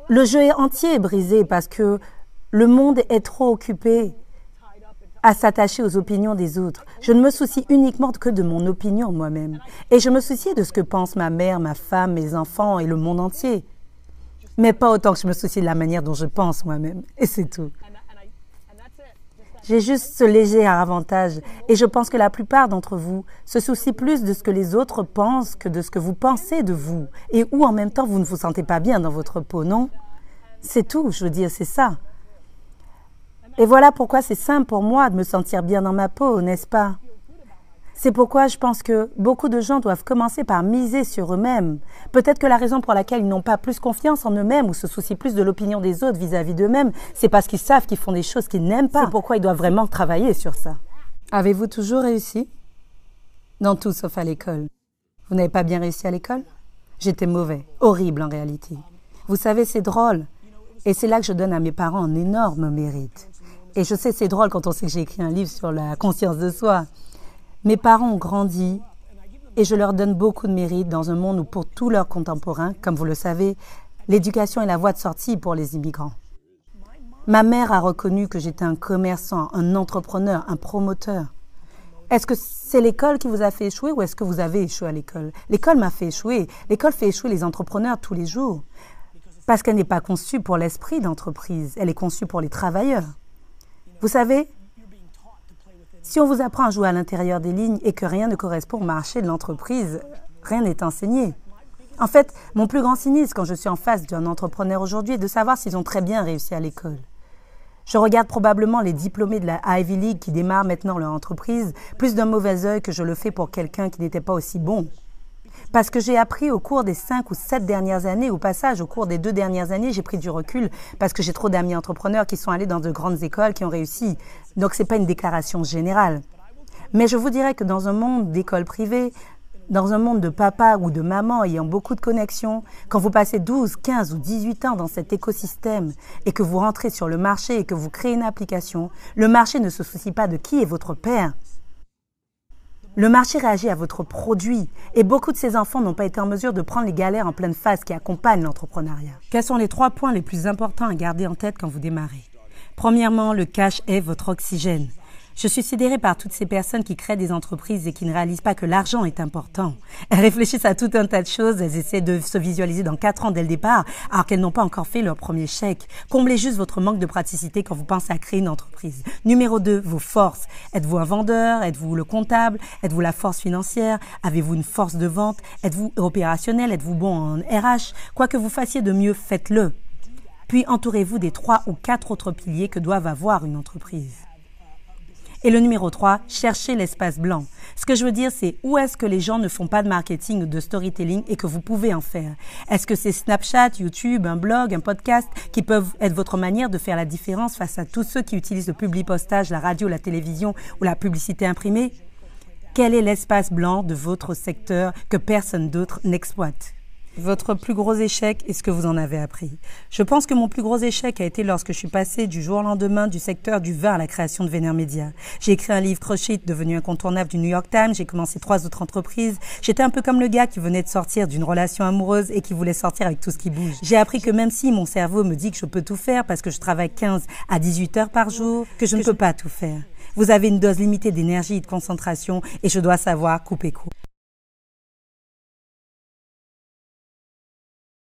Le jeu entier est brisé parce que le monde est trop occupé à s'attacher aux opinions des autres. Je ne me soucie uniquement que de mon opinion moi-même. Et je me soucie de ce que pensent ma mère, ma femme, mes enfants et le monde entier. Mais pas autant que je me soucie de la manière dont je pense moi-même. Et c'est tout. J'ai juste ce léger avantage. Et je pense que la plupart d'entre vous se soucient plus de ce que les autres pensent que de ce que vous pensez de vous. Et où en même temps vous ne vous sentez pas bien dans votre peau, non? C'est tout, je veux dire, c'est ça. Et voilà pourquoi c'est simple pour moi de me sentir bien dans ma peau, n'est-ce pas? C'est pourquoi je pense que beaucoup de gens doivent commencer par miser sur eux-mêmes. Peut-être que la raison pour laquelle ils n'ont pas plus confiance en eux-mêmes ou se soucient plus de l'opinion des autres vis-à-vis d'eux-mêmes, c'est parce qu'ils savent qu'ils font des choses qu'ils n'aiment pas. C'est pourquoi ils doivent vraiment travailler sur ça. Avez-vous toujours réussi? Dans tout sauf à l'école. Vous n'avez pas bien réussi à l'école? J'étais mauvais, horrible en réalité. Vous savez, c'est drôle. Et c'est là que je donne à mes parents un énorme mérite. Et je sais, c'est drôle quand on sait que j'ai écrit un livre sur la conscience de soi. Mes parents ont grandi et je leur donne beaucoup de mérite dans un monde où pour tous leurs contemporains, comme vous le savez, l'éducation est la voie de sortie pour les immigrants. Ma mère a reconnu que j'étais un commerçant, un entrepreneur, un promoteur. Est-ce que c'est l'école qui vous a fait échouer ou est-ce que vous avez échoué à l'école? L'école m'a fait échouer. L'école fait échouer les entrepreneurs tous les jours. Parce qu'elle n'est pas conçue pour l'esprit d'entreprise. Elle est conçue pour les travailleurs. Vous savez, si on vous apprend à jouer à l'intérieur des lignes et que rien ne correspond au marché de l'entreprise, rien n'est enseigné. En fait, mon plus grand cynisme quand je suis en face d'un entrepreneur aujourd'hui est de savoir s'ils ont très bien réussi à l'école. Je regarde probablement les diplômés de la Ivy League qui démarrent maintenant leur entreprise plus d'un mauvais œil que je le fais pour quelqu'un qui n'était pas aussi bon. Parce que j'ai appris au cours des 5 ou 7 dernières années, au passage, au cours des 2 dernières années, j'ai pris du recul parce que j'ai trop d'amis entrepreneurs qui sont allés dans de grandes écoles, qui ont réussi. Donc, ce n'est pas une déclaration générale. Mais je vous dirais que dans un monde d'écoles privées, dans un monde de papa ou de maman ayant beaucoup de connexions, quand vous passez 12, 15 ou 18 ans dans cet écosystème et que vous rentrez sur le marché et que vous créez une application, le marché ne se soucie pas de qui est votre père. Le marché réagit à votre produit et beaucoup de ces enfants n'ont pas été en mesure de prendre les galères en pleine phase qui accompagnent l'entrepreneuriat. Quels sont les 3 points les plus importants à garder en tête quand vous démarrez? Premièrement, le cash est votre oxygène. Je suis sidérée par toutes ces personnes qui créent des entreprises et qui ne réalisent pas que l'argent est important. Elles réfléchissent à tout un tas de choses, elles essaient de se visualiser dans 4 ans dès le départ, alors qu'elles n'ont pas encore fait leur premier chèque. Comblez juste votre manque de praticité quand vous pensez à créer une entreprise. Numéro 2, vos forces. Êtes-vous un vendeur? Êtes-vous le comptable? Êtes-vous la force financière? Avez-vous une force de vente? Êtes-vous opérationnel? Êtes-vous bon en RH? Quoi que vous fassiez de mieux, faites-le. Puis entourez-vous des 3 ou 4 autres piliers que doivent avoir une entreprise. Et le numéro 3, cherchez l'espace blanc. Ce que je veux dire, c'est où est-ce que les gens ne font pas de marketing ou de storytelling et que vous pouvez en faire? Est-ce que c'est Snapchat, YouTube, un blog, un podcast qui peuvent être votre manière de faire la différence face à tous ceux qui utilisent le publipostage, la radio, la télévision ou la publicité imprimée? Quel est l'espace blanc de votre secteur que personne d'autre n'exploite? Votre plus gros échec et ce que vous en avez appris. Je pense que mon plus gros échec a été lorsque je suis passée du jour au lendemain du secteur du vin à la création de VaynerMedia. J'ai écrit un livre Crush It, devenu incontournable du New York Times. J'ai commencé 3 autres entreprises. J'étais un peu comme le gars qui venait de sortir d'une relation amoureuse et qui voulait sortir avec tout ce qui bouge. J'ai appris que même si mon cerveau me dit que je peux tout faire parce que je travaille 15 à 18 heures par jour, que je ne peux pas tout faire. Vous avez une dose limitée d'énergie et de concentration et je dois savoir couper court.